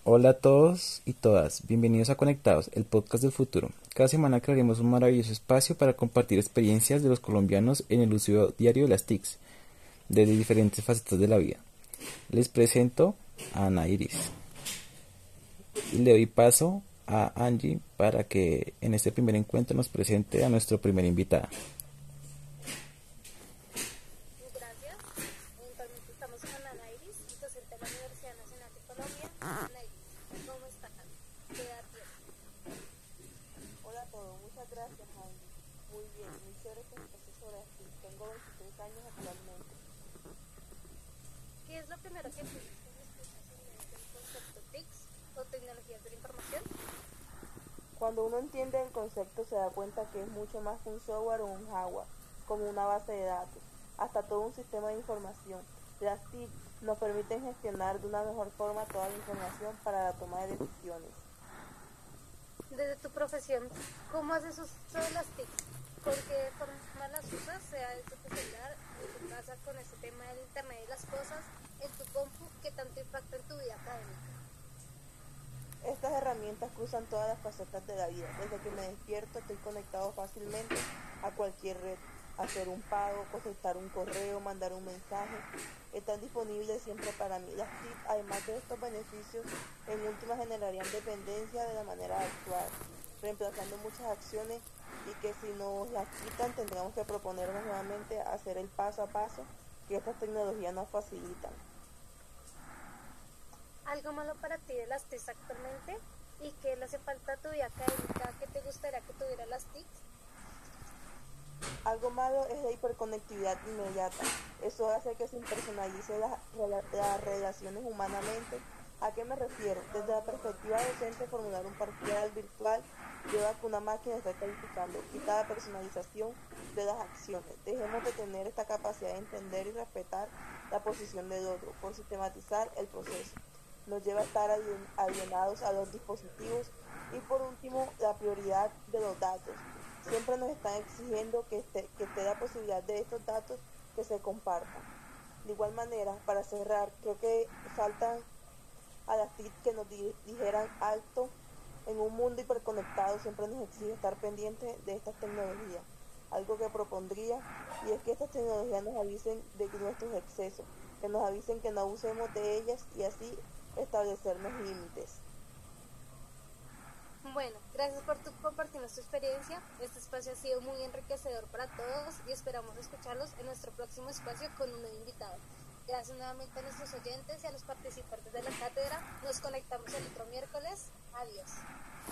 Hola a todos y todas, bienvenidos a Conectados, el podcast del futuro. Cada semana crearemos un maravilloso espacio para compartir experiencias de los colombianos en el uso diario de las TICs, desde diferentes facetas de la vida. Les presento a Ana Iris y le doy paso a Angie para que en este primer encuentro nos presente a nuestra primera invitada. Gracias. Eventualmente estamos con Ana Iris, docente de la Universidad Nacional de Colombia. Ana Iris, ¿cómo estás? ¿Qué edad tienes? Hola a todos, muchas gracias, Andy. Muy bien, muy chévere que me pases sobre aquí. Tengo 23 años actualmente. ¿Qué es lo primero que piensas cuando escuchas el concepto TICs o tecnologías de la información? Cuando uno entiende el concepto se da cuenta que es mucho más que un software o un hardware, como una base de datos, hasta todo un sistema de información. Las TIC nos permiten gestionar de una mejor forma toda la información para la toma de decisiones. Desde tu profesión, ¿cómo haces uso de las TICs? ¿Con qué forma las usas? Sea desde tu celular, en tu casa, con este tema del Internet de las cosas, en tu compu, ¿qué tanto impacta en tu vida académica? Estas herramientas cruzan todas las facetas de la vida. Desde que me despierto estoy conectado fácilmente a cualquier red. Hacer un pago, contestar un correo, mandar un mensaje. Están disponibles siempre para mí. Las TIC, además de estos beneficios, en última generarían dependencia de la manera de actuar, reemplazando muchas acciones y que si nos las quitan tendríamos que proponernos nuevamente hacer el paso a paso que estas tecnologías nos facilitan. ¿Algo malo para ti de las TICs actualmente? ¿Y qué le hace falta a tu vida académica que te gustaría que tuviera las TICs? Algo malo es la hiperconectividad inmediata. Eso hace que se impersonalice las relaciones humanamente. ¿A qué me refiero? Desde la perspectiva docente, formular un parcial virtual lleva a que una máquina esté calificando. Quita la personalización de las acciones. Dejemos de tener esta capacidad de entender y respetar la posición del otro por sistematizar el proceso. Nos lleva a estar alienados a los dispositivos y por último la prioridad de los datos. Siempre nos están exigiendo que esté la posibilidad de estos datos que se compartan. De igual manera, para cerrar, creo que faltan a las TIC que nos dijeran alto. En un mundo hiperconectado siempre nos exige estar pendientes de estas tecnologías. Algo que propondría y es que estas tecnologías nos avisen de nuestros excesos, que nos avisen que no abusemos de ellas y así establecernos límites. Bueno, gracias por compartirnos tu experiencia. Este espacio ha sido muy enriquecedor para todos y esperamos escucharlos en nuestro próximo espacio con un nuevo invitado. Gracias nuevamente a nuestros oyentes y a los participantes de la cátedra. Nos conectamos el otro miércoles. Adiós.